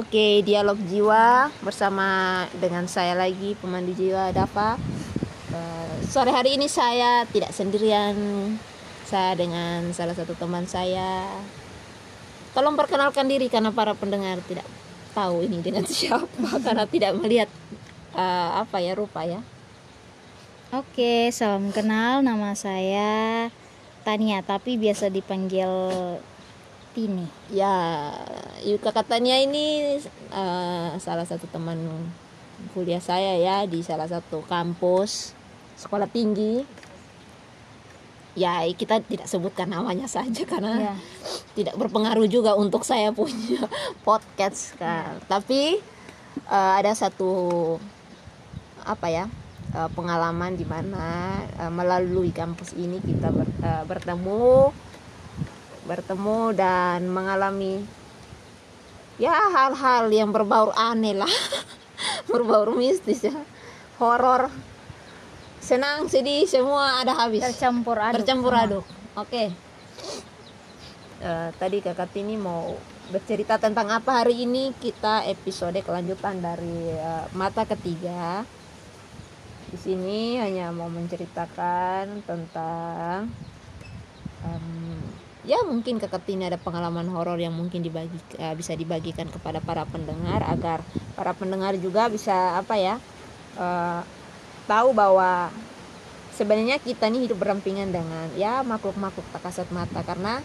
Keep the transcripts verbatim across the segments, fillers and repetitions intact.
Oke, dialog jiwa bersama dengan saya lagi, pemandu jiwa Dava. Uh, sore hari ini saya tidak sendirian, saya dengan salah satu teman saya. Tolong perkenalkan diri karena para pendengar tidak tahu ini dengan siapa karena tidak melihat uh, apa ya rupa ya. Oke, salam kenal, nama saya Tania, tapi biasa dipanggil Tini. Ya, kakak Tania ini uh, salah satu teman kuliah saya ya di salah satu kampus sekolah tinggi. Ya, kita tidak sebutkan namanya saja karena ya. Tidak berpengaruh juga untuk saya punya podcast kan. Ya. Tapi uh, ada satu apa ya uh, pengalaman di mana uh, melalui kampus ini kita ber, uh, bertemu. bertemu dan mengalami ya hal-hal yang berbau aneh lah berbau mistis ya, horor, senang sedih semua ada habis, tercampur aduk tercampur aduk. Oke, uh, tadi kakak Tini mau bercerita tentang apa hari ini? Kita episode kelanjutan dari uh, mata ketiga. Di sini hanya mau menceritakan tentang um, ya mungkin kakak Tini ada pengalaman horor yang mungkin dibagi uh, bisa dibagikan kepada para pendengar agar para pendengar juga bisa apa ya uh, tahu bahwa sebenarnya kita nih hidup berdampingan dengan ya makhluk-makhluk tak kasat mata, karena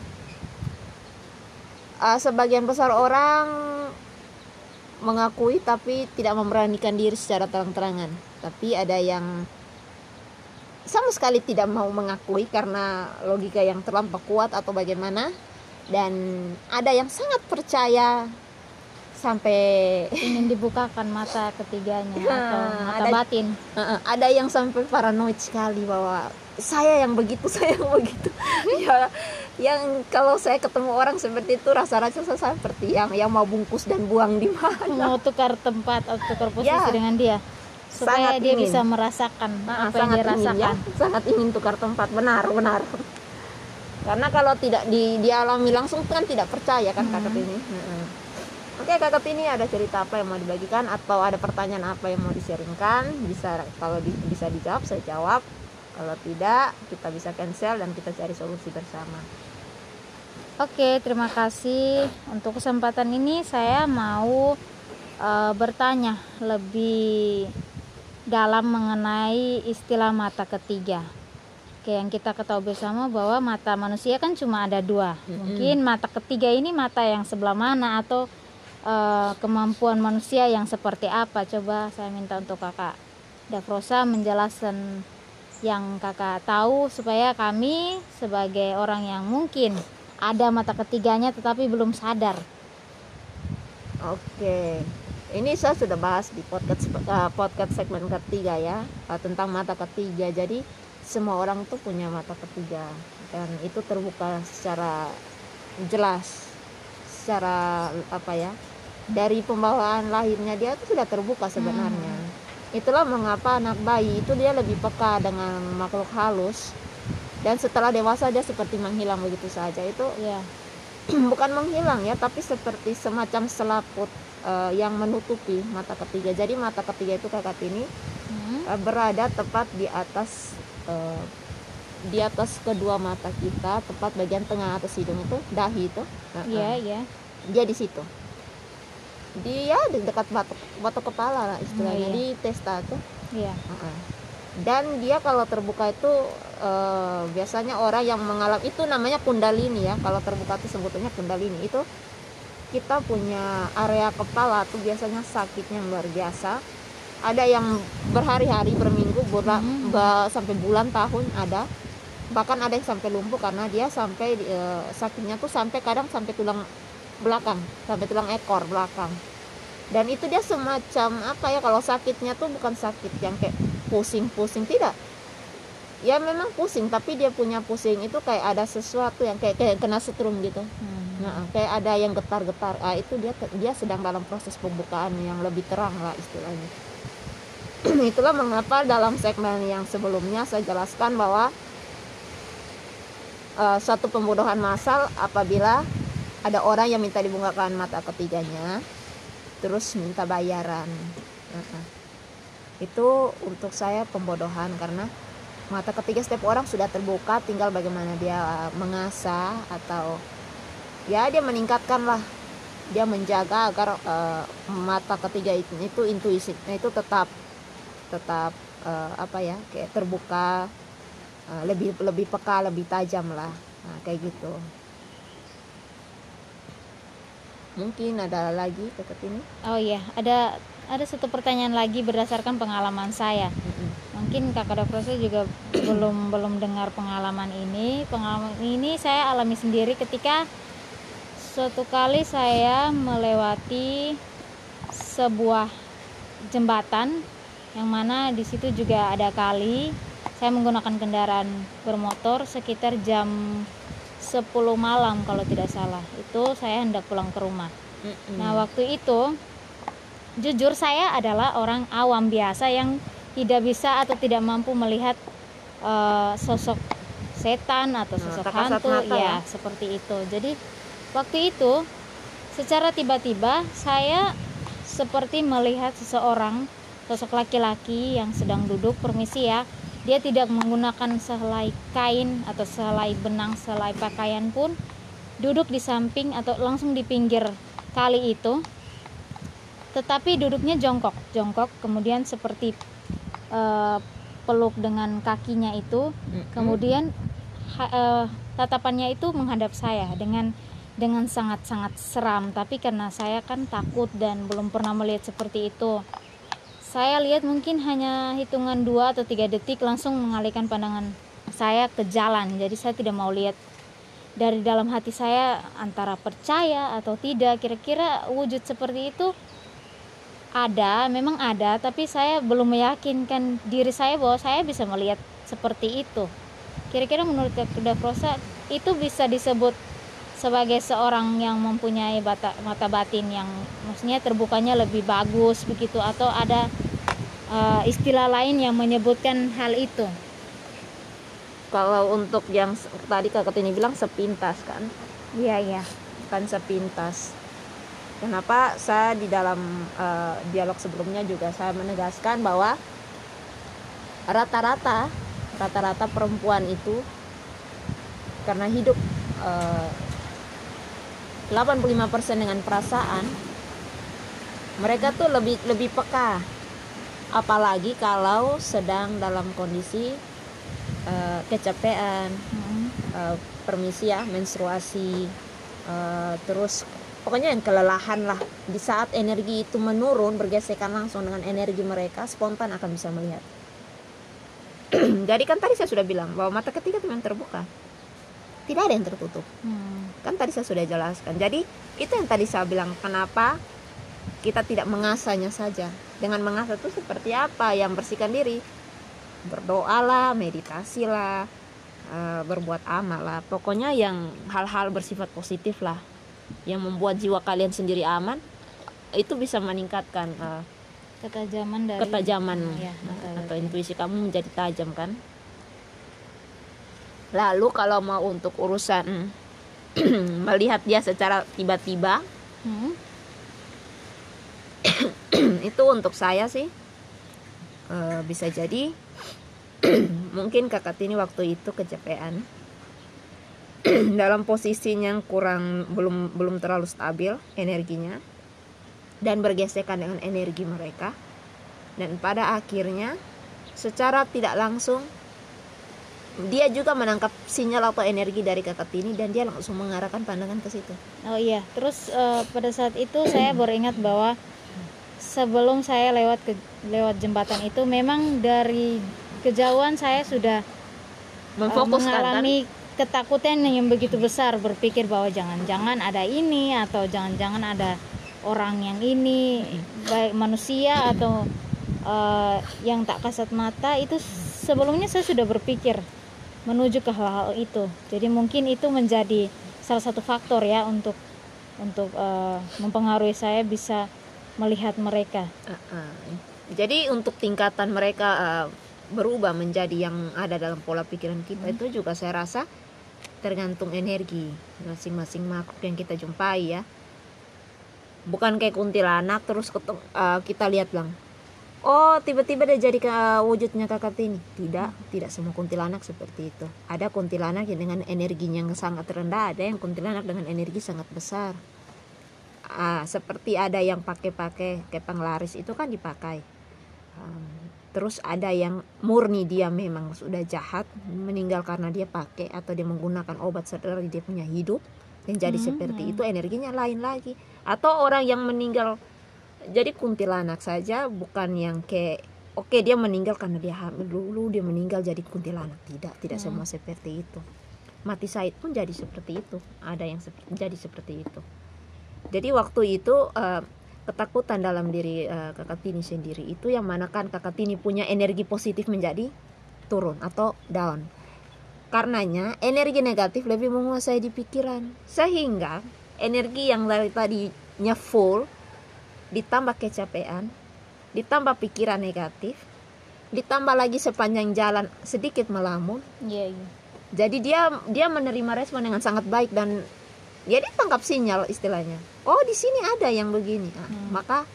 uh, sebagian besar orang mengakui tapi tidak memberanikan diri secara terang-terangan, tapi ada yang sama sekali tidak mau mengakui karena logika yang terlampau kuat atau bagaimana, dan ada yang sangat percaya sampai ingin dibukakan mata ketiganya nah, atau mata ada, batin. Uh, ada yang sampai paranoid sekali bahwa saya yang begitu, saya yang begitu. Ya, yang kalau saya ketemu orang seperti itu rasa-rasa saya seperti yang yang mau bungkus dan buang di mana. Mau tukar tempat atau tukar posisi ya, dengan dia. Supaya sangat dia ingin. bisa merasakan nah, apa yang dia rasakan. Ya, sangat ingin tukar tempat, benar-benar. Karena kalau tidak di, dialami langsung kan tidak percaya kan hmm. kakak ini. Hmm. Oke, kakak ini ada cerita apa yang mau dibagikan atau ada pertanyaan apa yang mau di-sharingkan? Bisa, kalau di, bisa dijawab saya jawab. Kalau tidak kita bisa cancel dan kita cari solusi bersama. Oke, terima kasih. Untuk kesempatan ini saya mau uh, bertanya lebih dalam mengenai istilah mata ketiga. Oke, yang kita ketahui bersama bahwa mata manusia kan cuma ada dua. Mm-hmm. Mungkin mata ketiga ini mata yang sebelah mana atau uh, kemampuan manusia yang seperti apa? Coba saya minta untuk kakak Davrosa menjelaskan yang kakak tahu supaya kami sebagai orang yang mungkin ada mata ketiganya tetapi belum sadar. Oke. Ini saya sudah bahas di podcast uh, podcast segmen ketiga ya, uh, tentang mata ketiga. Jadi semua orang tuh punya mata ketiga dan itu terbuka secara jelas, secara apa ya, dari pembawaan lahirnya dia itu sudah terbuka sebenarnya. Hmm. Itulah mengapa anak bayi itu dia lebih peka dengan makhluk halus, dan setelah dewasa dia seperti menghilang begitu saja. Itu ya bukan menghilang ya, tapi seperti semacam selaput Uh, yang menutupi mata ketiga. Jadi mata ketiga itu kakak ini hmm. uh, berada tepat di atas uh, di atas kedua mata kita, tepat bagian tengah atas hidung itu, dahi itu. Iya, uh-uh. iya. Dia di situ. Dia di dekat batok batok kepala lah istilahnya, hmm, iya. Di testa tuh. Iya. Uh-uh. Dan dia kalau terbuka itu uh, biasanya orang yang mengalami itu namanya kundalini ya. Kalau terbuka itu sebetulnya kundalini itu kita punya area kepala tuh biasanya sakitnya luar biasa. Ada yang berhari-hari, berminggu, bulan, mm-hmm. ba, sampai bulan, tahun ada. Bahkan ada yang sampai lumpuh karena dia sampai e, sakitnya tuh sampai kadang sampai tulang belakang, sampai tulang ekor belakang. Dan itu dia semacam apa ya, kalau sakitnya tuh bukan sakit yang kayak pusing-pusing, tidak. Ya memang pusing, tapi dia punya pusing itu kayak ada sesuatu yang kayak kayak kena setrum gitu. Hmm. Nah, kayak ada yang getar-getar. Ah, itu dia dia sedang dalam proses pembukaan yang lebih terang lah istilahnya. Itulah mengapa dalam segmen yang sebelumnya saya jelaskan bahwa uh, suatu pembunuhan massal apabila ada orang yang minta dibukakan mata ketiganya, terus minta bayaran. Uh-uh. Itu untuk saya pembodohan, karena mata ketiga setiap orang sudah terbuka, tinggal bagaimana dia mengasah atau ya dia meningkatkan lah, dia menjaga agar uh, mata ketiga itu, itu intuisinya itu tetap tetap uh, apa ya, kayak terbuka, uh, lebih lebih peka, lebih tajam lah, nah, kayak gitu. Mungkin ada lagi Kakak ini? Oh iya, ada ada satu pertanyaan lagi berdasarkan pengalaman saya. Mm-hmm. Mungkin Kakak Dafrosa juga belum belum dengar pengalaman ini. Pengalaman ini saya alami sendiri ketika suatu kali saya melewati sebuah jembatan yang mana di situ juga ada kali. Saya menggunakan kendaraan bermotor sekitar jam sepuluh malam kalau tidak salah. Itu saya hendak pulang ke rumah. Mm-hmm. Nah, waktu itu jujur saya adalah orang awam biasa yang tidak bisa atau tidak mampu melihat uh, sosok setan atau sosok nah, hantu ya, ya seperti itu. Jadi waktu itu secara tiba-tiba saya seperti melihat seseorang, sosok laki-laki yang sedang duduk, permisi ya, dia tidak menggunakan sehelai kain atau sehelai benang, sehelai pakaian pun, duduk di samping atau langsung di pinggir kali itu, tetapi duduknya jongkok, jongkok, kemudian seperti uh, peluk dengan kakinya itu, mm-hmm. kemudian ha, uh, tatapannya itu menghadap saya dengan dengan sangat-sangat seram. Tapi karena saya kan takut dan belum pernah melihat seperti itu, saya lihat mungkin hanya hitungan dua atau tiga detik langsung mengalihkan pandangan saya ke jalan. Jadi saya tidak mau lihat. Dari dalam hati saya antara percaya atau tidak, kira-kira wujud seperti itu ada, memang ada, tapi saya belum meyakinkan diri saya bahwa saya bisa melihat seperti itu. Kira-kira menurut Dafrosa itu bisa disebut sebagai seorang yang mempunyai bata, mata batin yang maksudnya terbukanya lebih bagus begitu, atau ada uh, istilah lain yang menyebutkan hal itu? Kalau untuk yang tadi Kakak ini bilang sepintas kan? Iya, iya. Kan sepintas. Kenapa saya di dalam uh, dialog sebelumnya juga saya menegaskan bahwa rata-rata rata-rata perempuan itu karena hidup uh, delapan puluh lima persen dengan perasaan, mereka tuh lebih lebih peka, apalagi kalau sedang dalam kondisi uh, kecapean, hmm. uh, permisi ya, menstruasi, uh, terus pokoknya yang kelelahan lah. Di saat energi itu menurun, bergesekan langsung dengan energi mereka, spontan akan bisa melihat. Jadi kan tadi saya sudah bilang bahwa mata ketiga itu memang terbuka, tidak ada yang tertutup. hmm. Kan tadi saya sudah jelaskan. Jadi itu yang tadi saya bilang, kenapa kita tidak mengasahnya saja. Dengan mengasah itu seperti apa? Yang bersihkan diri, berdoalah, meditasilah, uh, berbuat amal lah, pokoknya yang hal-hal bersifat positif lah, yang membuat jiwa kalian sendiri aman, itu bisa meningkatkan uh, ketajaman dari ketajaman ya, atau intuisi kamu menjadi tajam kan. Lalu kalau mau untuk urusan melihat dia secara tiba-tiba, hmm? itu untuk saya sih uh, bisa jadi mungkin Kakak ini waktu itu kecapean dalam posisinya yang kurang belum belum terlalu stabil energinya dan bergesekan dengan energi mereka, dan pada akhirnya secara tidak langsung dia juga menangkap sinyal atau energi dari Kakak ini dan dia langsung mengarahkan pandangan ke situ. Oh iya, terus uh, pada saat itu saya baru ingat bahwa sebelum saya lewat ke, lewat jembatan itu memang dari kejauhan saya sudah uh, mengalami kan? Ketakutan yang begitu besar, berpikir bahwa jangan-jangan ada ini atau jangan-jangan ada orang yang ini, baik manusia atau uh, yang tak kasat mata. Itu sebelumnya saya sudah berpikir menuju ke hal-hal itu. Jadi mungkin itu menjadi salah satu faktor ya untuk untuk uh, mempengaruhi saya bisa melihat mereka. Uh-uh. Jadi untuk tingkatan mereka uh, berubah menjadi yang ada dalam pola pikiran kita, hmm. itu juga saya rasa tergantung energi masing-masing makhluk yang kita jumpai ya. bukan kayak kuntilanak terus ketem, uh, kita lihat bilang, oh tiba-tiba dia jadi ke wujudnya Kakak Tini. Tidak, tidak semua kuntilanak seperti itu. Ada kuntilanak yang dengan energinya yang sangat rendah, ada yang kuntilanak dengan energi sangat besar. Ah, seperti ada yang pakai-pakai kayak penglaris itu kan dipakai. Um, terus ada yang murni dia memang sudah jahat, meninggal karena dia pakai atau dia menggunakan obat setelah dia punya hidup yang jadi hmm, seperti hmm. itu, energinya lain lagi. Atau orang yang meninggal jadi kuntilanak saja, bukan yang kayak oke okay, dia meninggal karena dia hamil dulu dia meninggal jadi kuntilanak. Tidak, tidak hmm. semua seperti itu. Mati Said pun jadi seperti itu, ada yang sep- jadi seperti itu. Jadi waktu itu uh, ketakutan dalam diri uh, Kakak Tini sendiri itu yang mana kan Kakak Tini punya energi positif menjadi turun atau down. Karenanya energi negatif lebih menguasai di pikiran, sehingga energi yang dari tadinya full ditambah kecapean, ditambah pikiran negatif, ditambah lagi sepanjang jalan sedikit melamun. Iya, iya. Jadi dia dia menerima respon dengan sangat baik dan dia ditangkap sinyal istilahnya. Oh di sini ada yang begini, nah, hmm. maka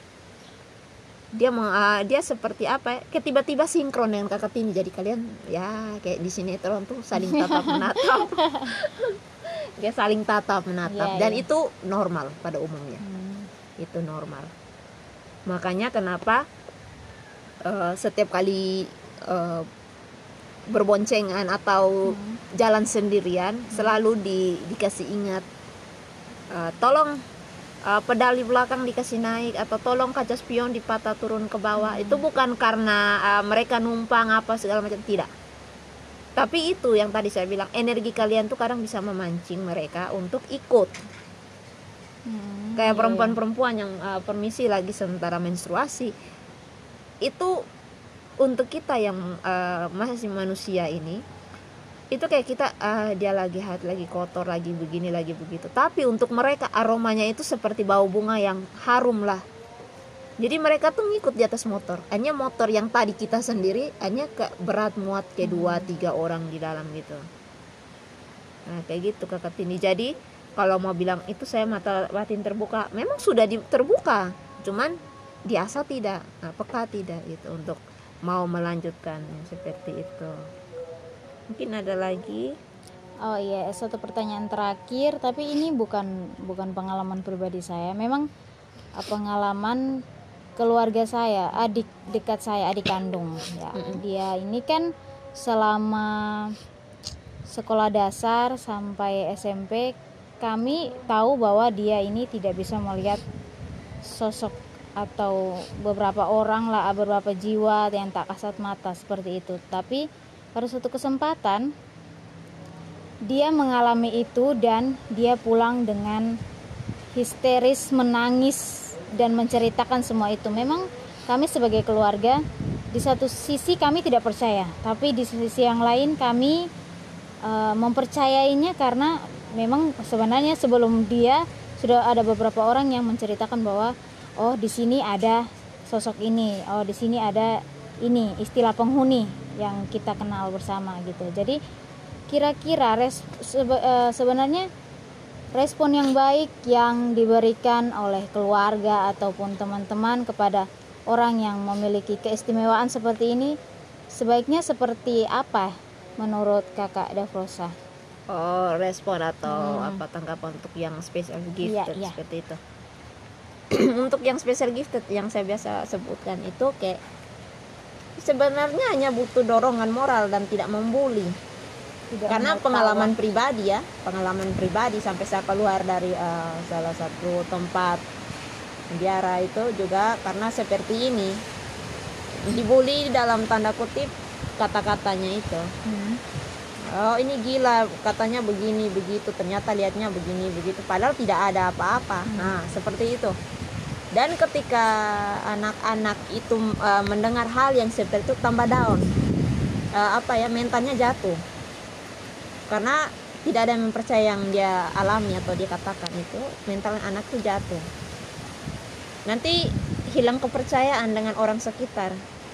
dia uh, dia seperti apa? Kayak tiba-tiba sinkron dengan Kakak Tini. Jadi kalian ya kayak di sinetron tuh saling tatap menatap, kayak saling tatap menatap, yeah, dan yeah. itu normal pada umumnya, hmm. itu normal. Makanya kenapa uh, setiap kali uh, berboncengan atau hmm. jalan sendirian hmm. selalu di, dikasih ingat, uh, tolong uh, pedal di belakang dikasih naik, atau tolong kaca spion dipatah turun ke bawah. hmm. Itu bukan karena uh, mereka numpang apa segala macam, tidak. Tapi itu yang tadi saya bilang, energi kalian tuh kadang bisa memancing mereka untuk ikut. Hmm, kayak iya, perempuan-perempuan yang uh, permisi lagi sementara menstruasi, itu untuk kita yang uh, masih manusia ini, itu kayak kita uh, dia lagi haid, lagi kotor, lagi begini, lagi begitu. Tapi untuk mereka aromanya itu seperti bau bunga yang harum lah. Jadi mereka tuh ngikut di atas motor. Hanya motor yang tadi kita sendiri, hanya ke berat muat kayak dua tiga orang di dalam gitu. Nah kayak gitu Kakak Tini. Jadi kalau mau bilang itu saya mata batin terbuka, memang sudah di, terbuka, cuman diasah tidak, nah, peka tidak itu untuk mau melanjutkan seperti itu. Mungkin ada lagi. Oh iya, satu pertanyaan terakhir, tapi ini bukan bukan pengalaman pribadi saya, memang pengalaman keluarga saya, adik dekat saya, adik kandung ya. Mm-hmm. Dia ini kan selama sekolah dasar sampai S M P kami tahu bahwa dia ini tidak bisa melihat sosok atau beberapa orang lah, beberapa jiwa yang tak kasat mata seperti itu. Tapi pada suatu kesempatan dia mengalami itu dan dia pulang dengan histeris, menangis dan menceritakan semua itu. Memang kami sebagai keluarga di satu sisi kami tidak percaya, tapi di sisi yang lain kami uh, mempercayainya karena memang sebenarnya sebelum dia sudah ada beberapa orang yang menceritakan bahwa oh di sini ada sosok ini, oh di sini ada ini istilah penghuni yang kita kenal bersama gitu. Jadi kira-kira res, sebe, uh, sebenarnya respon yang baik yang diberikan oleh keluarga ataupun teman-teman kepada orang yang memiliki keistimewaan seperti ini sebaiknya seperti apa menurut Kakak Davrosa? Oh, respon atau hmm. apa tanggapan untuk yang special gift ya, ya. seperti itu. Untuk yang special gifted yang saya biasa sebutkan itu kayak sebenarnya hanya butuh dorongan moral dan tidak membuli. Tidak karena pengalaman tawa. pribadi ya, pengalaman pribadi sampai saya keluar dari uh, salah satu tempat penjara itu juga karena seperti ini, dibully dalam tanda kutip kata-katanya itu. Hmm. Oh ini gila, katanya begini begitu, ternyata lihatnya begini begitu, padahal tidak ada apa-apa. Hmm. Nah seperti itu. Dan ketika anak-anak itu uh, mendengar hal yang seperti itu tambah down, uh, apa ya mentalnya jatuh, karena tidak ada yang mempercayai yang dia alami atau dia katakan itu, mental anak itu jatuh. Nanti hilang kepercayaan dengan orang sekitar.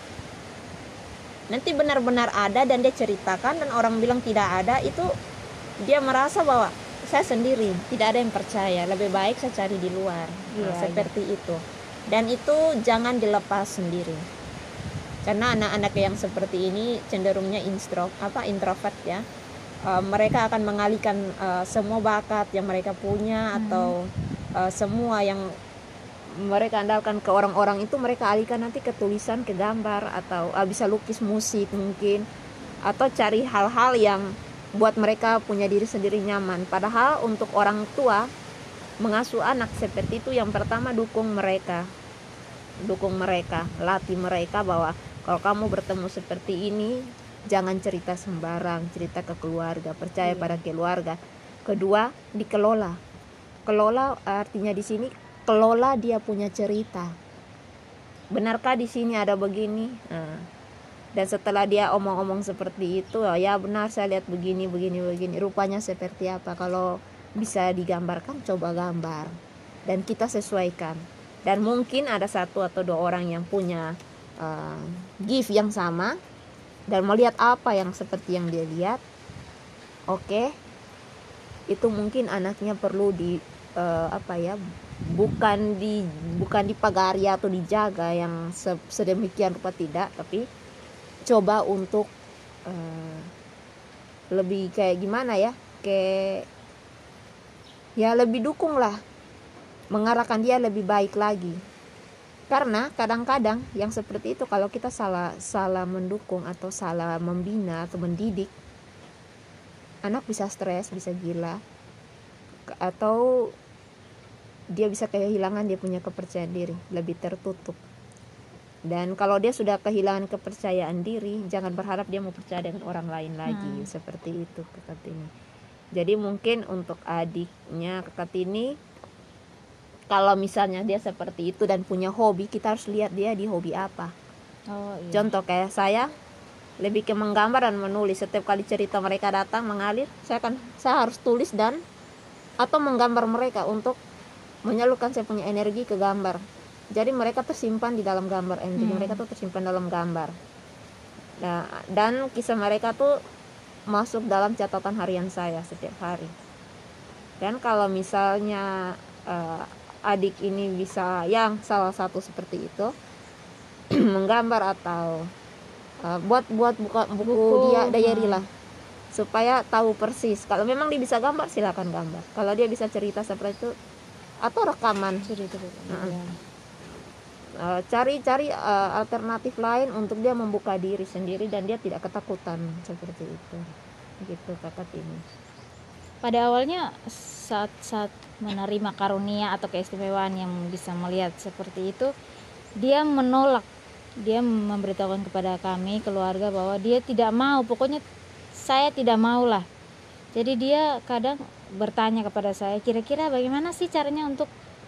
Nanti benar-benar ada dan dia ceritakan dan orang bilang tidak ada, itu dia merasa bahwa saya sendiri, tidak ada yang percaya, lebih baik saya cari di luar. Iya, Nah, seperti itu. Dan itu jangan dilepas sendiri, karena anak-anak yang seperti ini cenderungnya instro apa introvert ya. Uh, mereka akan mengalihkan uh, semua bakat yang mereka punya, Hmm. atau uh, semua yang mereka andalkan ke orang-orang itu mereka alihkan nanti ke tulisan, ke gambar, atau uh, bisa lukis, musik mungkin, atau cari hal-hal yang buat mereka punya diri sendiri nyaman. Padahal untuk orang tua mengasuh anak seperti itu, yang pertama dukung mereka, dukung mereka, latih mereka bahwa kalau kamu bertemu seperti ini, jangan cerita sembarang, cerita ke keluarga, percaya Iya. pada keluarga. Kedua, dikelola. Kelola artinya di sini kelola dia punya cerita. Benarkah di sini ada begini? Nah, dan setelah dia omong-omong seperti itu, ya benar saya lihat begini, begini, begini. Rupanya seperti apa? Kalau bisa digambarkan, coba gambar. Dan kita sesuaikan. Dan mungkin ada satu atau dua orang yang punya uh, gift yang sama dan melihat apa yang seperti yang dia lihat. Oke, itu mungkin anaknya perlu di uh, apa ya? Bukan di bukan dipagari atau dijaga yang sedemikian rupa, tidak, tapi coba untuk uh, lebih kayak gimana ya, kayak ya lebih dukung lah, mengarahkan dia lebih baik lagi. Karena kadang-kadang yang seperti itu kalau kita salah salah mendukung atau salah membina atau mendidik, anak bisa stres, bisa gila, atau dia bisa kehilangan dia punya kepercayaan diri, lebih tertutup. Dan kalau dia sudah kehilangan kepercayaan diri, jangan berharap dia mau percaya dengan orang lain lagi. hmm. Seperti itu Kakak Tini. Jadi mungkin untuk adiknya Kakak Tini, kalau misalnya dia seperti itu dan punya hobi, kita harus lihat dia di hobi apa. Oh, iya. Contoh kayak saya, lebih ke menggambar dan menulis. Setiap kali cerita mereka datang mengalir, saya akan saya harus tulis dan atau menggambar mereka untuk menyalurkan saya punya energi ke gambar. Jadi mereka tersimpan di dalam gambar, energi hmm. mereka tuh tersimpan dalam gambar. Nah, dan kisah mereka tuh masuk dalam catatan harian saya setiap hari. Dan kalau misalnya uh, adik ini bisa yang salah satu seperti itu menggambar atau uh, buat buat buka buku, buku dia diary lah, supaya tahu persis. Kalau memang dia bisa gambar, silakan gambar. Kalau dia bisa cerita seperti itu atau rekaman cerita, uh-uh. ya. uh, cari-cari uh, alternatif lain untuk dia membuka diri sendiri dan dia tidak ketakutan seperti itu. Gitu Kakak Tini. Pada awalnya saat saat menerima karunia atau keistimewaan yang bisa melihat seperti itu, dia menolak, dia memberitahukan kepada kami keluarga bahwa dia tidak mau, pokoknya saya tidak mau lah. Jadi dia kadang bertanya kepada saya, kira-kira bagaimana sih caranya untuk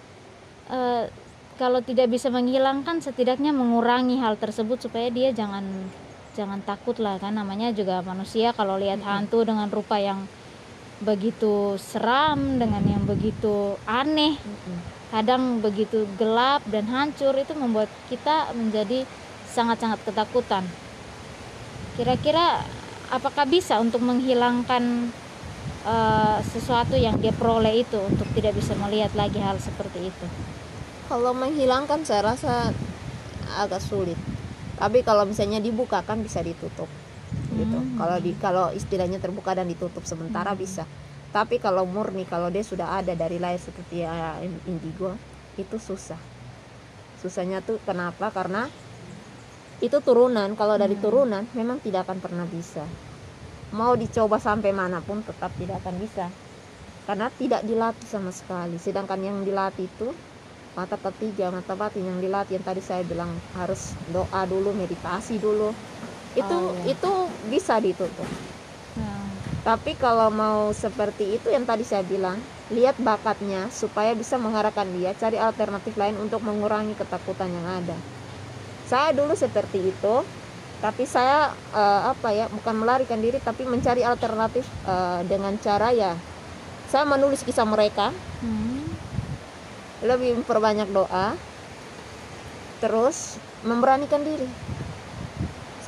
uh, kalau tidak bisa menghilangkan, setidaknya mengurangi hal tersebut supaya dia jangan jangan takut lah, kan namanya juga manusia. Kalau lihat mm-hmm. hantu dengan rupa yang begitu seram, dengan yang begitu aneh, mm-hmm. kadang begitu gelap dan hancur, itu membuat kita menjadi sangat-sangat ketakutan. Kira-kira apakah bisa untuk menghilangkan uh, sesuatu yang dia peroleh itu, untuk tidak bisa melihat lagi hal seperti itu? Kalau menghilangkan saya rasa agak sulit, tapi kalau misalnya dibuka kan bisa ditutup gitu. Hmm. Kalau di kalau istilahnya terbuka dan ditutup sementara hmm. bisa. Tapi kalau murni, kalau dia sudah ada dari lahir seperti ya, indigo, itu susah. Susahnya tuh kenapa? Karena itu turunan. Kalau dari turunan memang tidak akan pernah bisa. Mau dicoba sampai manapun tetap tidak akan bisa, karena tidak dilatih sama sekali. Sedangkan yang dilatih itu mata ketiga, mata batin yang dilatih, yang tadi saya bilang harus doa dulu, meditasi dulu, itu oh, iya. itu bisa ditutup. Hmm. Tapi kalau mau seperti itu yang tadi saya bilang, lihat bakatnya supaya bisa mengarahkan dia, cari alternatif lain untuk mengurangi ketakutan yang ada. Saya dulu seperti itu, tapi saya uh, apa ya, bukan melarikan diri, tapi mencari alternatif uh, dengan cara ya saya menulis kisah mereka. Hmm. Lebih memperbanyak doa, terus memberanikan diri.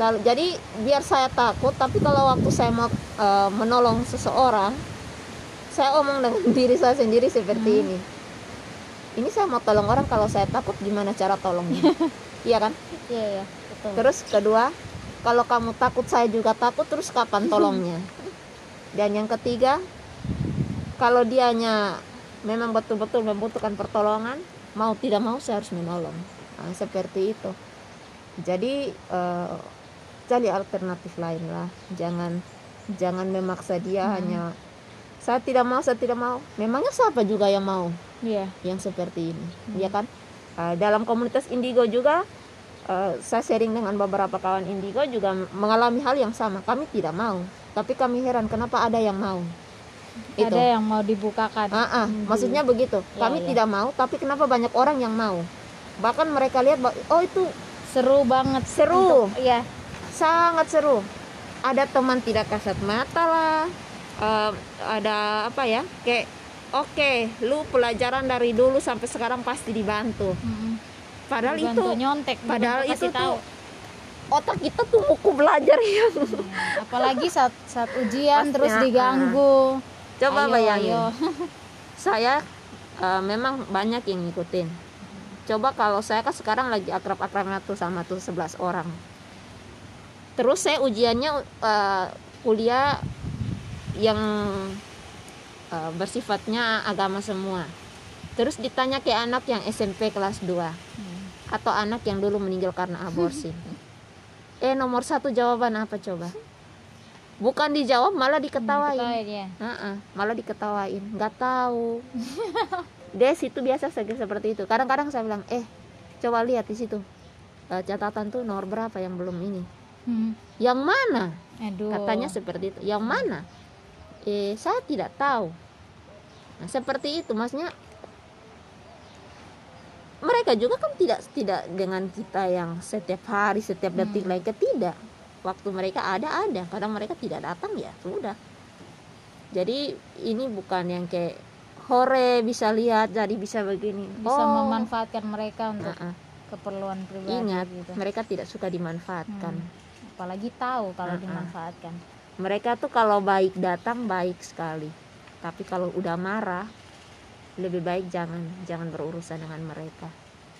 Jadi biar saya takut, tapi kalau waktu saya mau uh, menolong seseorang, saya omong dengan diri saya sendiri seperti Hmm. ini. Ini saya mau tolong orang, kalau saya takut gimana cara tolongnya? Iya kan? Iya, iya, betul. Terus kedua, kalau kamu takut saya juga takut, terus kapan tolongnya? Dan yang ketiga, kalau dianya memang betul-betul membutuhkan pertolongan, mau tidak mau saya harus menolong. Nah, seperti itu. Jadi eh, cari alternatif lain lah. Jangan jangan memaksa dia Hmm. hanya saya tidak mau, saya tidak mau. Memangnya siapa juga yang mau Iya. yang seperti ini, Hmm. ya kan? Eh, dalam komunitas indigo juga eh, saya sharing dengan beberapa kawan indigo juga mengalami hal yang sama. Kami tidak mau, tapi kami heran kenapa ada yang mau. Itu. Ada yang mau dibukakan. Ah, ah, Hmm. maksudnya begitu. Ya, Kami ya. tidak mau, tapi kenapa banyak orang yang mau? Bahkan mereka lihat, bah- oh itu Seru banget. Seru. Untuk- Iya. sangat seru. Ada teman tidak kasat mata lah. Eh, ada apa ya? Kayak oke, lu pelajaran dari dulu sampai sekarang pasti dibantu. Hmm. Padahal Dibantu itu nyontek, padahal dibantu itu kasih tahu. tuh otak kita tuh buku belajar yang Ya, apalagi saat saat ujian Pasti, terus ah, diganggu. coba Ayo, bayangin. ayo. Saya eh, memang banyak yang ngikutin. Coba kalau saya kan sekarang lagi akrab-akrabnya tuh sama tuh sebelas orang. Terus saya ujiannya eh, kuliah yang eh, bersifatnya agama semua. Terus ditanya ke anak yang S M P kelas dua Hmm. atau anak yang dulu meninggal karena aborsi. Eh nomor satu jawaban apa coba? Bukan dijawab, malah diketawain. Diketawain, ya. Heeh, malah diketawain, nggak tahu. Des itu biasa saja seperti itu. Kadang-kadang saya bilang, eh coba lihat di situ Eh, catatan tuh nomor berapa yang belum ini. Hmm. Yang mana? Aduh. Katanya seperti itu. Yang mana? Eh saya tidak tahu. Nah seperti itu, maksudnya mereka juga kan tidak tidak dengan kita yang setiap hari, setiap detik Hmm. lain, tidak. Waktu mereka ada ada, kadang mereka tidak datang, ya sudah. Jadi ini bukan yang kayak hore bisa lihat jadi bisa begini. Bisa Oh, memanfaatkan mereka untuk uh-uh. keperluan pribadi. Ingat, gitu. mereka tidak suka dimanfaatkan. Hmm. Apalagi tahu kalau Uh-uh. dimanfaatkan. Mereka tuh kalau baik datang baik sekali, tapi kalau udah marah lebih baik jangan jangan berurusan dengan mereka.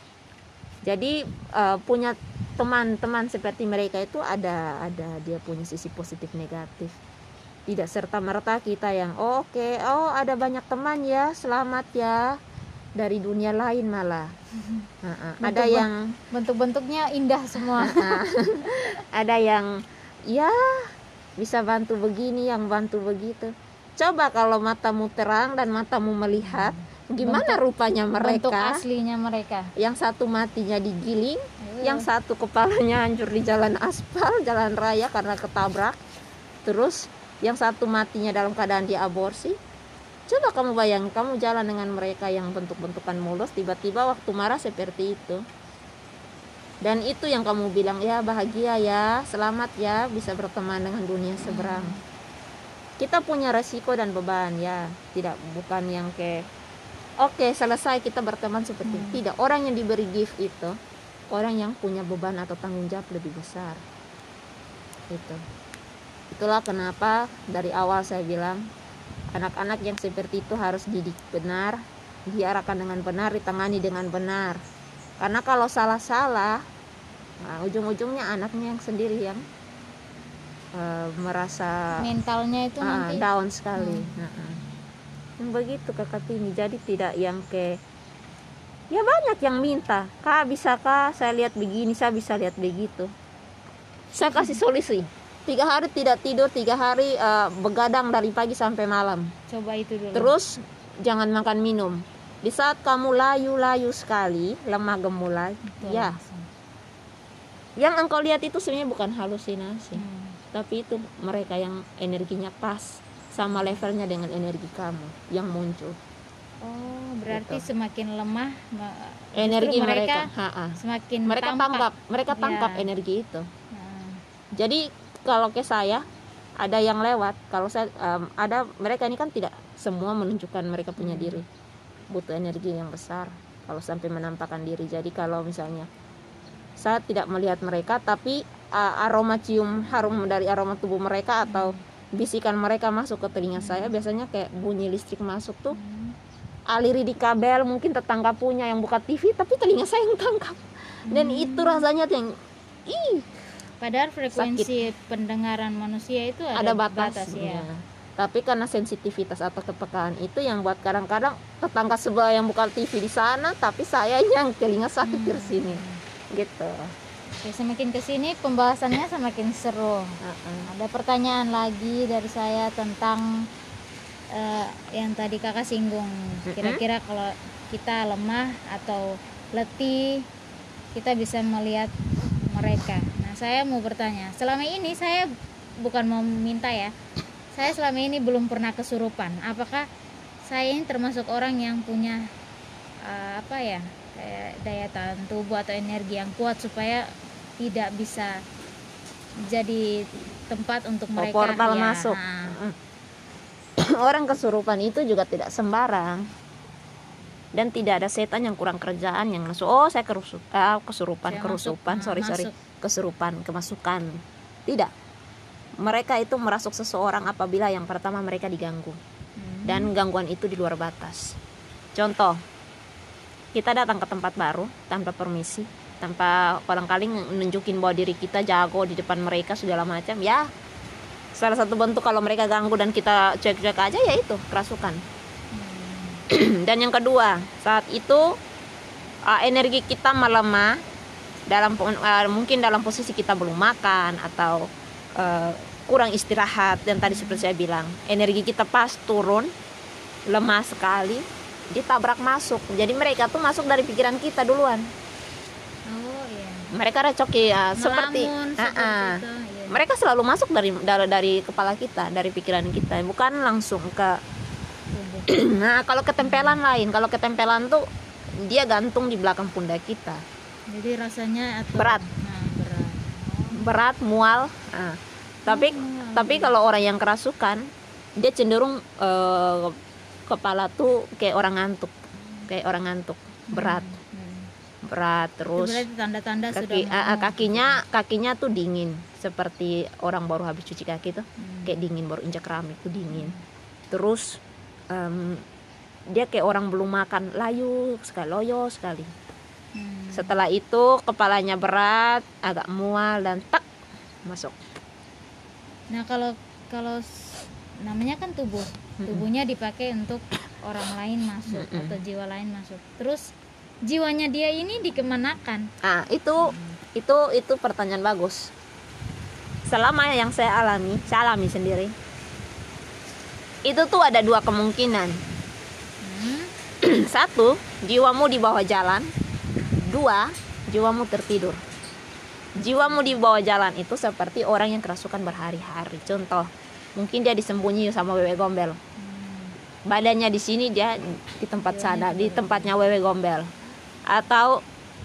Jadi uh, punya teman-teman seperti mereka itu ada ada dia punya sisi positif negatif. Tidak serta merta kita yang oh, oke okay, oh ada banyak teman ya, selamat ya, dari dunia lain malah. Uh-uh. Ada Bentuk- yang Bentuk-bentuknya indah semua. ada yang ya bisa bantu begini, yang bantu begitu. Coba kalau matamu terang dan matamu melihat, gimana Bentuk- rupanya Bentuk mereka. aslinya mereka. Yang satu matinya digiling, Uh. yang satu kepalanya hancur di jalan aspal, jalan raya karena ketabrak. Terus yang satu matinya dalam keadaan dia aborsi. Coba kamu bayangkan, kamu jalan dengan mereka yang bentuk-bentukan mulus, tiba-tiba waktu marah seperti itu. Dan itu yang kamu bilang, ya bahagia ya, selamat ya, bisa berteman dengan dunia seberang. Kita punya resiko dan beban ya, tidak bukan yang kayak oke okay, selesai kita berteman seperti Hmm. tidak. Orang yang diberi gift itu orang yang punya beban atau tanggung jawab lebih besar. Itu. Itulah kenapa dari awal saya bilang anak-anak yang seperti itu harus didik benar, diarahkan dengan benar, ditangani dengan benar. Karena kalau salah-salah, nah, ujung-ujungnya anaknya yang sendiri yang uh, merasa Mentalnya itu ah, nanti down sekali. Hmm. Nah, yang begitu kakak ini. Jadi tidak yang ke ya banyak yang minta, kak bisa kak saya lihat begini, saya bisa lihat begitu. Saya kasih solusi. Tiga hari tidak tidur, tiga hari uh, begadang dari pagi sampai malam. coba itu dulu. Terus jangan makan minum. Di saat kamu layu-layu sekali, lemah gemulai, Betul, ya, langsung. yang engkau lihat itu sebenarnya bukan halusinasi, Hmm. tapi itu mereka yang energinya pas sama levelnya dengan energi kamu yang muncul. Oh, berarti Gitu. semakin lemah ma- Energi justru mereka, mereka ha-ha. semakin mereka tampak. tangkap, mereka Ya. tangkap energi itu. Nah, Jadi kalau ke saya ada yang lewat, kalau saya um, ada mereka ini kan tidak semua menunjukkan mereka punya Hmm. diri, butuh energi yang besar kalau sampai menampakkan diri. Jadi kalau misalnya saya tidak melihat mereka, tapi uh, aroma cium harum dari aroma tubuh mereka atau bisikan mereka masuk ke telinga Hmm. saya, biasanya kayak bunyi listrik masuk tuh, Hmm. aliri di kabel, mungkin tetangga punya yang buka T V tapi telinga saya yang tangkap. Dan Hmm. itu rasanya tuh yang ih, Padahal frekuensi pendengaran manusia itu ada, ada batas, ya. Tapi karena sensitivitas atau kepekaan itu yang buat kadang-kadang tetangga sebelah yang buka T V di sana, tapi saya yang telinga sakit Hmm. di sini, gitu. Oke, semakin kesini pembahasannya semakin seru. Uh-uh. Ada pertanyaan lagi dari saya tentang eh, yang tadi kakak singgung. Kira-kira kalau kita lemah atau letih, kita bisa melihat mereka. Nah, saya mau bertanya, selama ini saya bukan mau minta ya, saya selama ini belum pernah kesurupan. Apakah saya ini termasuk orang yang punya uh, apa ya, kayak daya tahan tubuh atau energi yang kuat supaya tidak bisa jadi tempat untuk mereka portal ya, masuk. Nah. Orang kesurupan itu juga tidak sembarang, dan tidak ada setan yang kurang kerjaan yang masuk. Oh, saya kerusup, ah, kesurupan, Saya kerusupan, masuk, sorry nah, sorry, masuk. kesurupan, kemasukan. Tidak. Mereka itu merasuk seseorang apabila yang pertama mereka diganggu, Hmm. dan gangguan itu di luar batas. Contoh, kita datang ke tempat baru tanpa permisi, tanpa barangkali nunjukin bahwa diri kita jago di depan mereka segala macam. Ya, salah satu bentuk kalau mereka ganggu dan kita cuek-cuek aja, ya itu kerasukan. Hmm. Dan yang kedua, saat itu uh, energi kita melemah dalam uh, mungkin dalam posisi kita belum makan atau uh, kurang istirahat, dan tadi seperti saya bilang, energi kita pas turun, lemah sekali, ditabrak masuk. Jadi mereka tuh masuk dari pikiran kita duluan. Oh iya. Mereka recoki uh, seperti, Melamun, uh, seperti uh, itu, iya. mereka selalu masuk dari, dari dari kepala kita, dari pikiran kita, bukan langsung ke Tubuh. nah kalau ketempelan lain. Kalau ketempelan tuh dia gantung di belakang pundak kita, Jadi rasanya atau berat Nah, berat. Oh. berat mual. Nah, tapi Hmm. tapi kalau orang yang kerasukan, dia cenderung eh, kepala tuh kayak orang ngantuk, kayak orang ngantuk, berat Hmm. berat Itu terus berarti tanda-tanda kaki, sudah ah, ah, mau. kakinya kakinya tuh dingin, seperti orang baru habis cuci kaki tuh, Hmm. kayak dingin, baru injak keramik tuh dingin. Terus em, dia kayak orang belum makan, layu sekali, loyo sekali. Hmm. Setelah itu kepalanya berat, agak mual, dan tak masuk. Nah, kalau kalau s- namanya kan tubuh. Tubuhnya dipakai untuk orang lain masuk Mm-mm. atau jiwa lain masuk. Terus jiwanya dia ini dikemanakan? Ah, itu itu itu pertanyaan bagus. Selama yang saya alami, saya alami sendiri, itu tuh ada dua kemungkinan. Hmm. Satu, jiwamu di bawah jalan. Dua, jiwamu tertidur. Jiwamu di bawah jalan itu seperti orang yang kerasukan berhari-hari. Contoh, mungkin dia disembunyi sama wewe gombel. Badannya di sini, dia di tempat sana, di tempatnya wewe gombel. Atau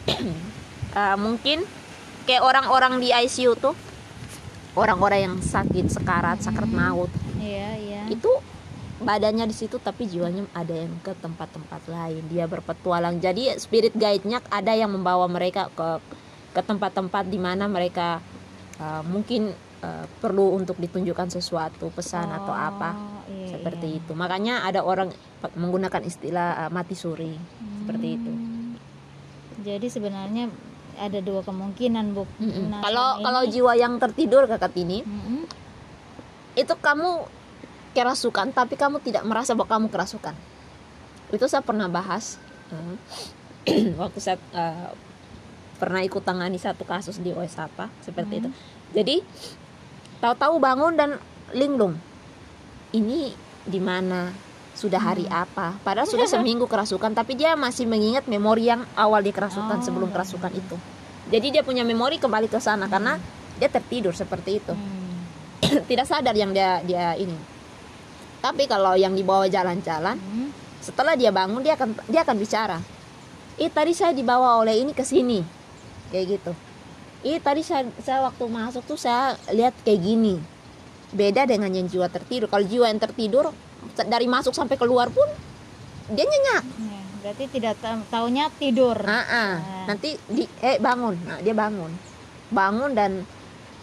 uh, mungkin kayak orang-orang di I C U tuh, orang-orang yang sakit sekarat, sakarat maut. Iya, iya. Itu badannya di situ tapi jiwanya ada yang ke tempat-tempat lain, dia berpetualang. Jadi spirit guide-nya ada yang membawa mereka ke ke tempat-tempat di mana mereka uh, mungkin uh, perlu untuk ditunjukkan sesuatu pesan Oh, atau apa, iya, seperti iya. itu. Makanya ada orang menggunakan istilah uh, mati suri, seperti itu. Hmm. Jadi sebenarnya ada dua kemungkinan, Bu. Mm-mm. Nah, Kalau selama kalau ini- jiwa yang tertidur kakak ini, Mm-mm. itu kamu kerasukan tapi kamu tidak merasa bahwa kamu kerasukan. Itu saya pernah bahas uh, waktu saya uh, pernah ikut tangani satu kasus di O S apa seperti Hmm. itu. Jadi tahu-tahu bangun dan linglung, ini di mana, sudah hari apa, padahal sudah seminggu kerasukan, tapi dia masih mengingat memori yang awal dia kerasukan, Oh, sebelum iya. kerasukan itu. Jadi dia punya memori kembali ke sana karena dia tertidur seperti itu. Hmm. Tidak sadar yang dia dia ini. Tapi kalau yang dibawa jalan-jalan, Hmm. setelah dia bangun, dia akan dia akan bicara. Ih, tadi saya dibawa oleh ini ke sini, kayak gitu. Ih, tadi saya, saya waktu masuk tuh saya lihat kayak gini. Beda dengan yang jiwa tertidur. Kalau jiwa yang tertidur, dari masuk sampai keluar pun dia nyenyak. Ya, berarti tidak ta- taunya tidur. Ah, ah. Nah. Nanti di eh bangun. Nah, dia bangun. Bangun dan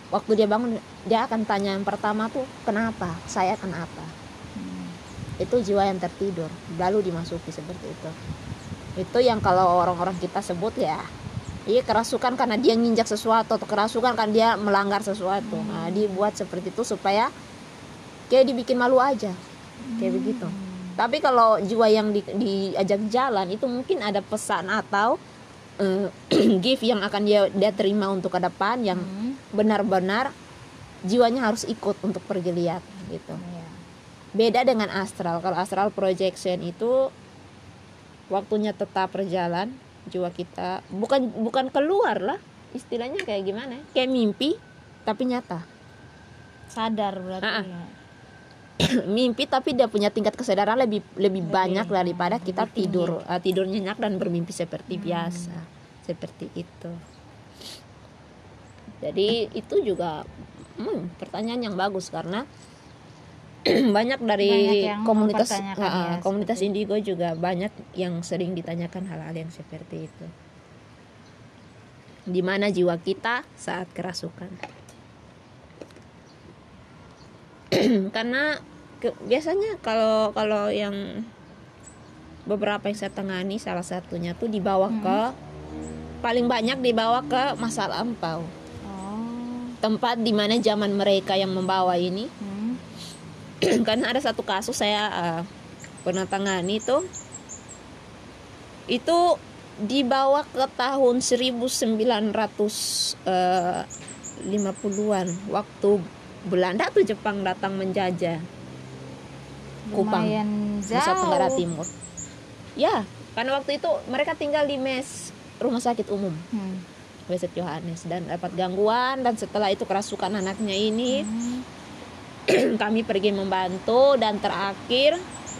waktu dia bangun dia akan tanya yang pertama tuh kenapa, saya kenapa. Hmm. Itu jiwa yang tertidur lalu dimasuki seperti itu. Itu yang kalau orang-orang kita sebut ya, iya kerasukan karena dia nginjak sesuatu atau kerasukan karena dia melanggar sesuatu. Hmm. Nah, dibuat seperti itu supaya kayak dibikin malu aja, kayak Hmm. begitu. Tapi kalau jiwa yang di, diajak jalan itu mungkin ada pesan atau uh, gift yang akan dia dia terima untuk ke depan yang Hmm. benar-benar jiwanya harus ikut untuk pergi lihat gitu. Iya. Beda dengan astral. Kalau astral projection itu waktunya tetap berjalan, jiwa kita bukan bukan keluar lah, istilahnya kayak gimana? Kayak mimpi tapi nyata. Sadar berarti. Ah, ah. Ya. Mimpi tapi dia punya tingkat kesadaran lebih lebih Lebih, banyak daripada lebih kita tinggi. tidur uh, tidur nyenyak dan bermimpi seperti Hmm. biasa. Seperti itu. Jadi itu juga hmm, pertanyaan yang bagus karena banyak dari Banyak yang komunitas mempertanyakan uh, ya, komunitas seperti indigo juga banyak yang sering ditanyakan hal-hal yang seperti itu. Di mana jiwa kita saat kerasukan? Karena ke, biasanya kalau kalau yang beberapa yang saya tangani salah satunya tuh dibawa Hmm. ke paling banyak dibawa ke masa lampau. Oh. Tempat di mana zaman mereka yang membawa ini. Hmm. Karena ada satu kasus saya uh, pernah tangani tuh, itu dibawa ke tahun seribu sembilan ratus lima puluhan waktu Belanda tuh Jepang datang menjajah Kupang, Lumayan Nusa jauh. Tenggara Timur. Ya, karena waktu itu mereka tinggal di mes rumah sakit umum Hmm. W S Johannes dan dapat gangguan, dan setelah itu kerasukan anaknya ini. Hmm. Kami pergi membantu dan terakhir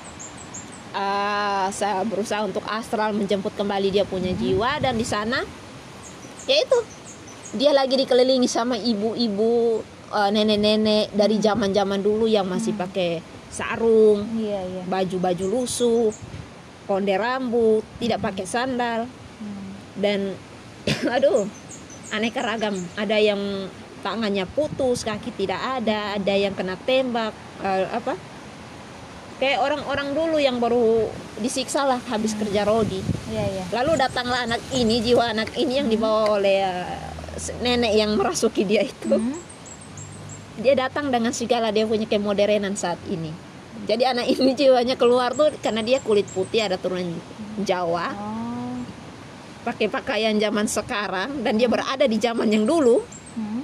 uh, saya berusaha untuk astral menjemput kembali dia punya jiwa, dan di sana yaitu dia lagi dikelilingi sama ibu-ibu, uh, nenek-nenek dari zaman-zaman dulu yang masih pakai sarung, Iya, iya. baju-baju lusuh, konde rambut, tidak pakai sandal, Hmm. dan aduh aneka ragam. Ada yang tangannya putus, kaki tidak ada, ada yang kena tembak, uh, apa kayak orang-orang dulu yang baru disiksa lah habis kerja rodi. Iya, iya. Lalu datanglah anak ini, jiwa anak ini yang dibawa oleh uh, nenek yang merasuki dia itu. Hmm. Dia datang dengan segala dia punya kemodernan saat ini. Jadi anak ini jiwanya keluar tuh karena dia kulit putih, ada turunan Jawa, Oh. pakai pakaian zaman sekarang, dan dia berada di zaman yang dulu. Hmm.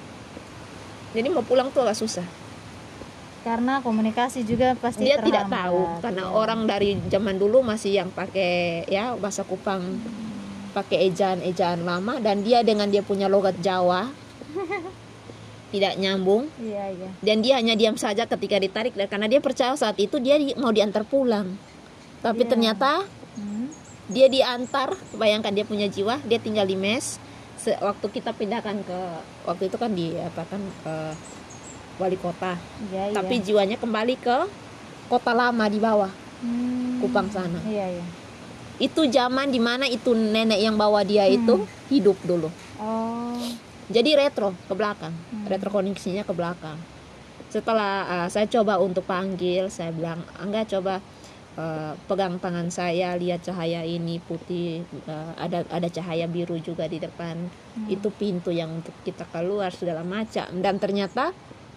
Jadi mau pulang tuh agak susah. Karena komunikasi juga pasti Dia tidak terhambat, tahu karena ya. orang dari zaman dulu masih yang pakai ya bahasa Kupang, pakai ejaan-ejaan lama, dan dia dengan dia punya logat Jawa tidak nyambung, Iya, iya. dan dia hanya diam saja ketika ditarik, dan karena dia percaya saat itu dia di, mau diantar pulang, tapi Iya. ternyata Hmm. dia diantar. Bayangkan dia punya jiwa, dia tinggal di mes. Se- waktu kita pindahkan ke waktu itu kan di apa kan ke wali kota, Iya, tapi iya. jiwanya kembali ke kota lama di bawah Hmm. Kupang sana. Iya, iya. Itu zaman dimana itu nenek yang bawa dia itu hidup dulu. Oh. Jadi retro ke belakang, Hmm. retro koneksinya ke belakang. Setelah uh, saya coba untuk panggil, saya bilang, "Angga, coba uh, pegang tangan saya, lihat cahaya ini putih, uh, ada ada cahaya biru juga di depan. Hmm. Itu pintu yang untuk kita keluar segala macam." Dan ternyata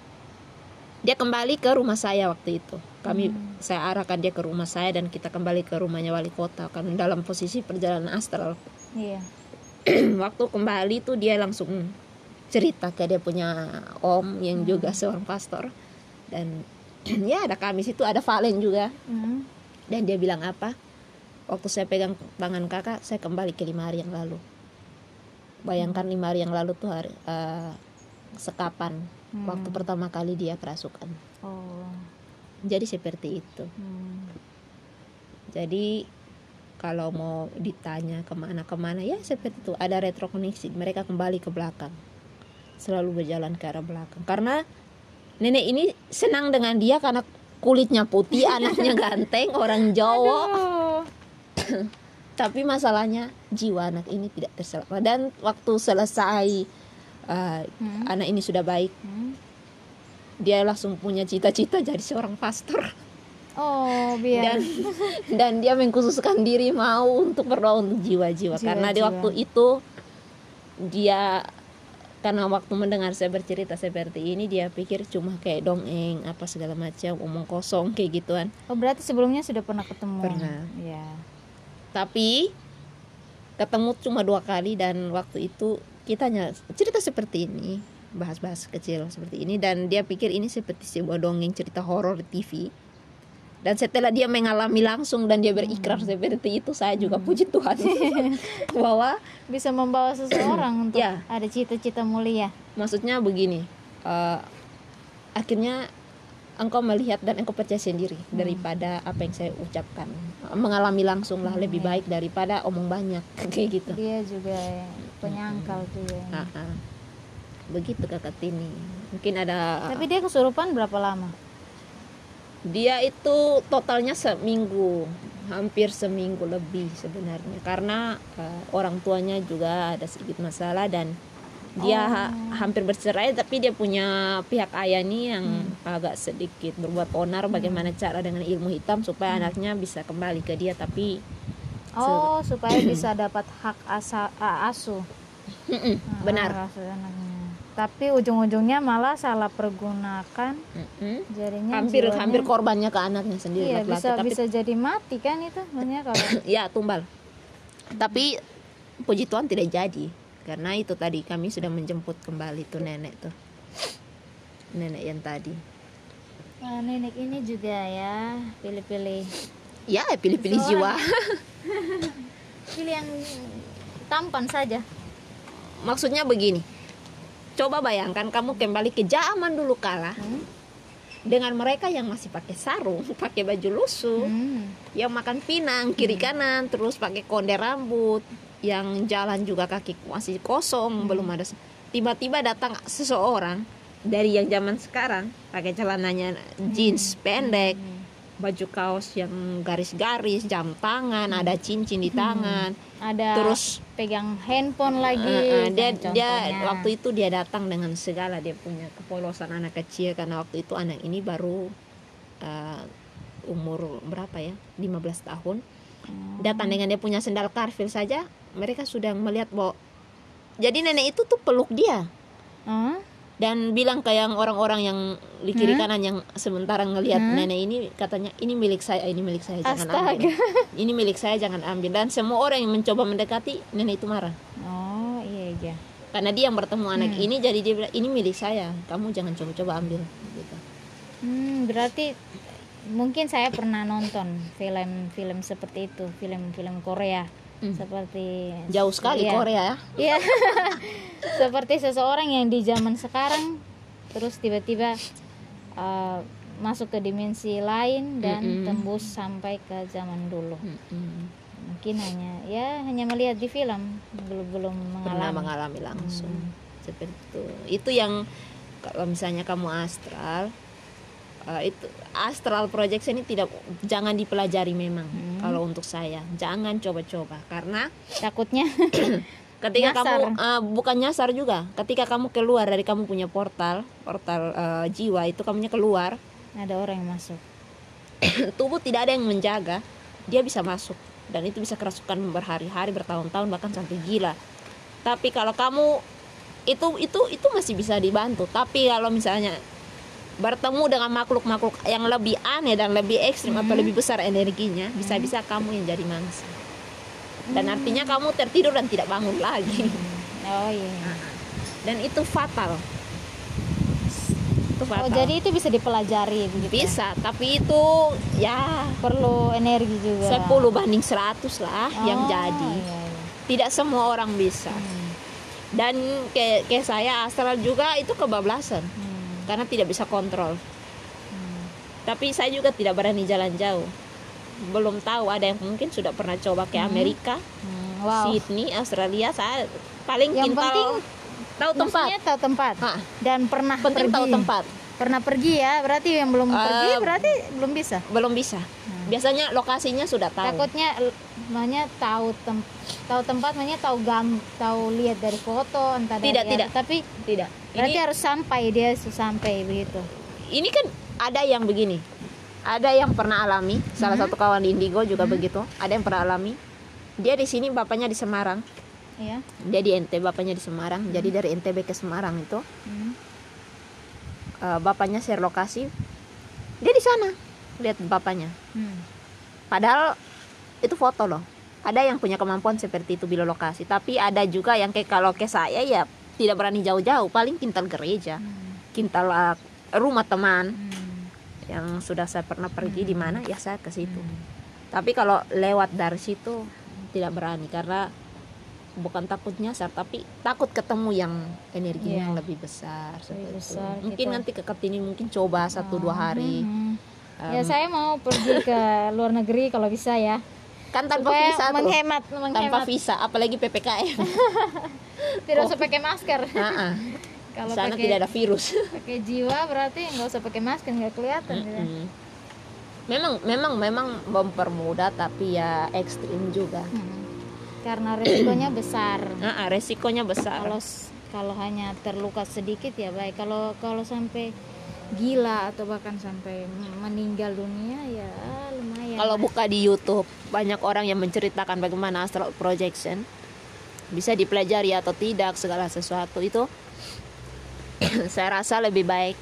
dia kembali ke rumah saya waktu itu. Kami Hmm. saya arahkan dia ke rumah saya, dan kita kembali ke rumahnya wali kota karena dalam posisi perjalanan astral. Iya. Waktu kembali tuh dia langsung cerita ke dia punya om yang juga seorang pastor, dan ya ada kami situ, ada Valen juga, Hmm. dan dia bilang apa, waktu saya pegang tangan kakak saya kembali ke lima hari yang lalu. Bayangkan lima hari yang lalu tuh hari uh, sekapan Hmm. waktu pertama kali dia kerasukan. Oh. Jadi seperti itu. Hmm. Jadi kalau mau ditanya kemana-kemana ya seperti itu, ada retrokoneksi, mereka kembali ke belakang, selalu berjalan ke arah belakang. Karena nenek ini senang dengan dia karena kulitnya putih, anaknya ganteng, orang Jawa. Aduh. Tapi masalahnya jiwa anak ini tidak terselamatkan. Dan waktu selesai uh, Hmm. anak ini sudah baik, Hmm. dia langsung punya cita-cita jadi seorang pastor. Oh, biar dan dan dia mengkhususkan diri mau untuk berdoa untuk jiwa-jiwa, karena di Jiwa-jiwa. waktu itu dia, karena waktu mendengar saya bercerita seperti ini, dia pikir cuma kayak dongeng apa segala macam, omong kosong kayak gituan. Oh, berarti sebelumnya sudah pernah ketemu. Pernah. Ya. Tapi ketemu cuma dua kali, dan waktu itu kita hanya cerita seperti ini, bahas-bahas kecil seperti ini, dan dia pikir ini seperti sebuah dongeng cerita horor di T V. Dan setelah dia mengalami langsung dan dia berikrar Hmm. seperti itu, saya juga puji Tuhan bahwa Bisa membawa seseorang untuk Ya. ada cita-cita mulia. maksudnya begini, eh, akhirnya engkau melihat dan engkau percaya sendiri daripada apa yang saya ucapkan. Mengalami langsung lah lebih ya. baik daripada omong banyak kayak gitu. Dia juga penyangkal juga. Ah, ah. Begitu Kakak Tini. Mungkin ada. Tapi dia kesurupan berapa lama? Dia itu totalnya seminggu, hampir seminggu lebih sebenarnya, karena uh, orang tuanya juga ada sedikit masalah, dan dia ha- hampir bercerai, tapi dia punya pihak ayah nih yang agak sedikit berbuat onar, bagaimana cara dengan ilmu hitam supaya anaknya bisa kembali ke dia, tapi Oh, supaya bisa dapat hak asa, a- asuh. Mm-mm, Ah, benar. hak asuh anaknya. Tapi ujung-ujungnya malah salah pergunakan, Mm-mm. jadinya hampir jiwanya- hampir korbannya ke anaknya sendiri, Iya, laki-laki. bisa tapi bisa jadi mati kan itu sebenarnya kalau ya tumbal. Tapi puji Tuhan tidak jadi, karena itu tadi kami sudah menjemput kembali tuh nenek tuh, nenek yang tadi. Wah, nenek ini juga ya pilih-pilih Ya pilih-pilih jiwa. pilih yang tampan saja. Maksudnya begini, coba bayangkan kamu kembali ke zaman dulu kala, Hmm? dengan mereka yang masih pakai sarung, pakai baju lusuh, Hmm. yang makan pinang kiri kanan, terus pakai konde rambut, yang jalan juga kaki masih kosong, belum ada. Tiba-tiba datang seseorang dari yang zaman sekarang, pakai celananya jeans pendek, baju kaos yang garis-garis, jam tangan, ada cincin di tangan, Ada terus pegang handphone lagi. Uh, uh, dia kan dia contohnya. waktu itu dia datang dengan segala, dia punya kepolosan anak kecil, karena waktu itu anak ini baru uh, umur berapa ya, lima belas tahun. Hmm. Datang dengan dia punya sendal karfil saja, mereka sudah melihat bahwa, jadi nenek itu tuh peluk dia Hmm? dan bilang ke yang orang-orang yang di kiri Hmm? kanan yang sementara ngelihat Hmm? nenek ini, katanya ini milik saya, ini milik saya, jangan Astaga. ambil, ini milik saya, jangan ambil. Dan semua orang yang mencoba mendekati nenek itu marah, Oh, iya iya. karena dia yang bertemu anak Hmm. ini, jadi dia bilang ini milik saya, kamu jangan coba-coba ambil gitu. Hmm, berarti mungkin saya pernah nonton film-film seperti itu, film-film Korea. Hmm. Seperti Jauh sekali Iya. Korea ya. Iya. Seperti seseorang yang di zaman sekarang terus tiba-tiba uh, masuk ke dimensi lain dan Mm-mm. tembus sampai ke zaman dulu. Mm-mm. Mungkin hanya ya hanya melihat di film, belum belum Pernah mengalami. mengalami langsung Hmm. seperti itu. Itu yang kalau misalnya kamu astral, uh, itu astral projection ini tidak, jangan dipelajari memang. Hmm. Kalau untuk saya jangan coba-coba, karena Takutnya ketika Nyasar. kamu uh, bukan nyasar juga, ketika kamu keluar dari kamu punya portal portal uh, jiwa itu, kamunya keluar, ada orang yang masuk. tubuh tidak ada yang menjaga, dia bisa masuk, dan itu bisa kerasukan berhari-hari, bertahun-tahun, bahkan sampai gila. Tapi kalau kamu itu itu itu masih bisa dibantu. Tapi kalau misalnya bertemu dengan makhluk-makhluk yang lebih aneh dan lebih ekstrim atau lebih besar energinya, bisa-bisa kamu yang jadi mangsa. Dan artinya kamu tertidur dan tidak bangun lagi. Oh iya. Dan itu fatal. Itu Oh fatal. jadi itu bisa dipelajari begitu. ya? Bisa, tapi itu ya Perlu energi juga. sepuluh banding seratus lah yang Oh, jadi. iya, iya. Tidak semua orang bisa. Hmm. Dan kayak kayak saya astral juga itu kebablasan, Hmm. karena tidak bisa kontrol. Hmm. Tapi saya juga tidak berani jalan jauh. Belum tahu, ada yang mungkin sudah pernah coba ke Amerika, Hmm, wow. Sydney, Australia. Saya paling Yang kintal penting tahu tempat. Maksudnya tahu tempat. Hah, Dan pernah penting pergi. tahu tempat. Pernah pergi ya, berarti yang belum Eh, pergi berarti belum bisa. Belum bisa. Hmm. Biasanya lokasinya sudah tahu. Takutnya l- makanya tahu tem tahu tempat, makanya tahu gang, tahu lihat dari foto entah dari Tidak, apa. tidak. Tapi Tidak. berarti Ini harus sampai, dia harus sampai begitu. ini kan ada yang begini. Ada yang pernah alami, salah Mhm. satu kawan di Indigo juga Mhm. begitu. Ada yang pernah alami. Dia di sini, bapaknya di Semarang. Iya. Dia di N T B, bapaknya di Semarang. Jadi dari N T B ke Semarang itu, Hmm. eh, bapaknya share lokasi. Dia di sana lihat bapaknya. Hmm. Padahal itu foto loh. Ada yang punya kemampuan seperti itu bila lokasi. Tapi ada juga yang kayak kalau ke saya ya tidak berani jauh-jauh. Paling kintal gereja, Hmm. kintal uh, rumah teman Hmm. yang sudah saya pernah pergi di mana ya saya ke situ. Hmm. Tapi kalau lewat dari situ tidak berani karena bukan takut nyasar, tapi takut ketemu yang energinya Iya. yang lebih besar. seperti itu. besar, Mungkin kita- nanti ke Kartini mungkin coba satu dua hari. Hmm. Um, Ya saya mau pergi ke luar negeri kalau bisa ya. Kan tanpa Supaya visa tuh. menghemat, Tanpa menghemat. visa, apalagi P P K M. Tidak usah pakai masker. Heeh. Kalau Sana pakai tidak ada virus. pakai jiwa berarti nggak usah pakai masker, nggak kelihatan. gitu. Mm-mm. Memang memang memang mempermudah tapi ya ekstrim juga. Hmm. Karena resikonya besar. Nah, resikonya besar. Kalau kalau hanya terluka sedikit ya baik. Kalau kalau sampai gila atau bahkan sampai meninggal dunia ya lumayan. Kalau lah. buka di YouTube banyak orang yang menceritakan bagaimana astral projection, bisa dipelajari atau tidak segala sesuatu itu. Saya rasa lebih baik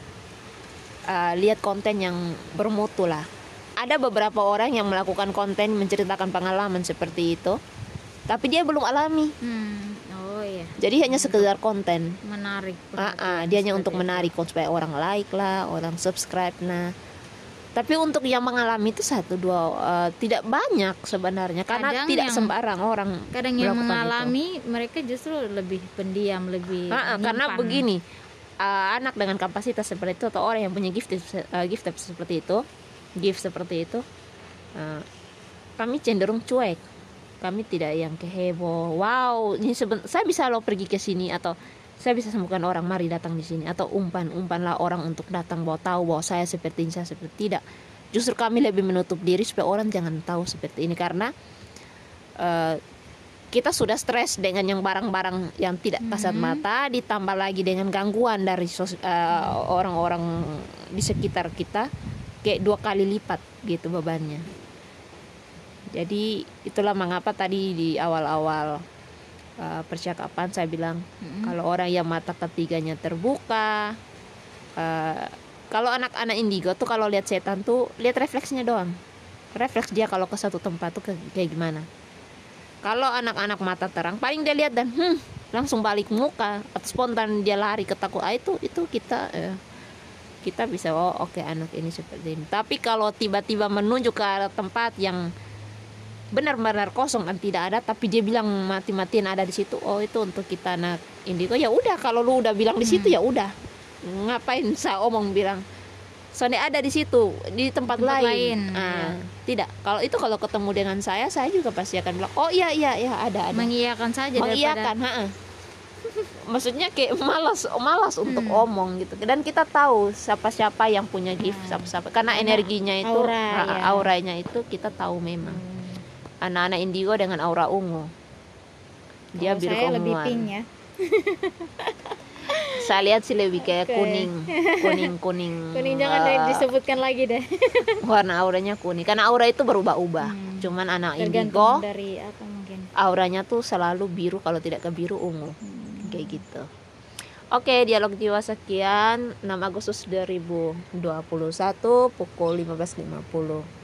uh, lihat konten yang bermutu lah. Ada beberapa orang yang melakukan konten menceritakan pengalaman seperti itu, tapi dia belum alami. Hmm. Oh iya, Jadi hanya sekedar konten. menarik. Ah, ah, dia hanya untuk menarik supaya orang like lah, orang subscribe nah. Tapi untuk yang mengalami itu satu dua uh, tidak banyak sebenarnya karena Kadang tidak yang- sembarang orang Kadang yang melakukan mengalami mereka justru lebih pendiam, lebih Ah, ah, karena menyimpan. begini, uh, anak dengan kapasitas seperti itu atau orang yang punya gift uh, gift seperti itu, gift seperti itu, uh, kami cenderung cuek. Kami tidak yang keheboh. Wow, ini seben- saya bisa loh pergi ke sini atau saya bisa sembuhkan orang, mari datang di sini atau umpan umpanlah orang untuk datang bawa tahu bahwa saya seperti ini, saya seperti tidak. Justru kami lebih menutup diri supaya orang jangan tahu seperti ini karena uh, kita sudah stres dengan yang barang-barang yang tidak kasat Mhm. mata, ditambah lagi dengan gangguan dari sos- uh, orang-orang di sekitar kita, kayak dua kali lipat gitu bebannya. Jadi itulah mengapa tadi di awal-awal uh, percakapan saya bilang Mm-mm. kalau orang yang mata ketiganya terbuka, uh, kalau anak-anak indigo tuh kalau lihat setan tuh lihat refleksnya doang, refleks dia kalau ke satu tempat tuh ke- kayak gimana. Kalau anak-anak mata terang paling dia lihat dan hmm, langsung balik muka atau spontan dia lari ketakut, ah, itu itu kita eh, kita bisa oh oke anak ini seperti ini. Tapi kalau tiba-tiba menunjuk ke arah tempat yang benar-benar kosong dan tidak ada, tapi dia bilang mati-matian ada di situ, oh itu untuk kita anak indigo. Ya udah, kalau lu udah bilang di situ ya udah, ngapain saya omong bilang soalnya ada di situ di tempat, Tempat lain, lain, Ah, tidak. Kalau itu kalau ketemu dengan saya saya juga pasti akan bilang oh iya iya iya ada ada mengiyakan saja mengiyakan, ha-ha. Maksudnya kayak malas malas untuk omong gitu. Dan kita tahu siapa-siapa yang punya gift, siapa-siapa karena Karena energinya itu aura, ha, ya. auranya itu kita tahu memang. Hmm. Anak-anak indigo dengan aura ungu. Dia Kalau biru saya lebih keunguan. pink ya. Saya lihat sih lebih kayak Oke. kuning, kuning kuning. Kuning jangan eh, disebutkan lagi deh. warna auranya kuning. Karena aura itu berubah-ubah. Hmm. Cuman anak Tergantung indigo dari apa mungkin. auranya tuh selalu biru, kalau tidak ke biru ungu. Hmm. Kayak gitu. Oke, dialog jiwa sekian enam Agustus dua ribu dua puluh satu pukul lima belas lima puluh.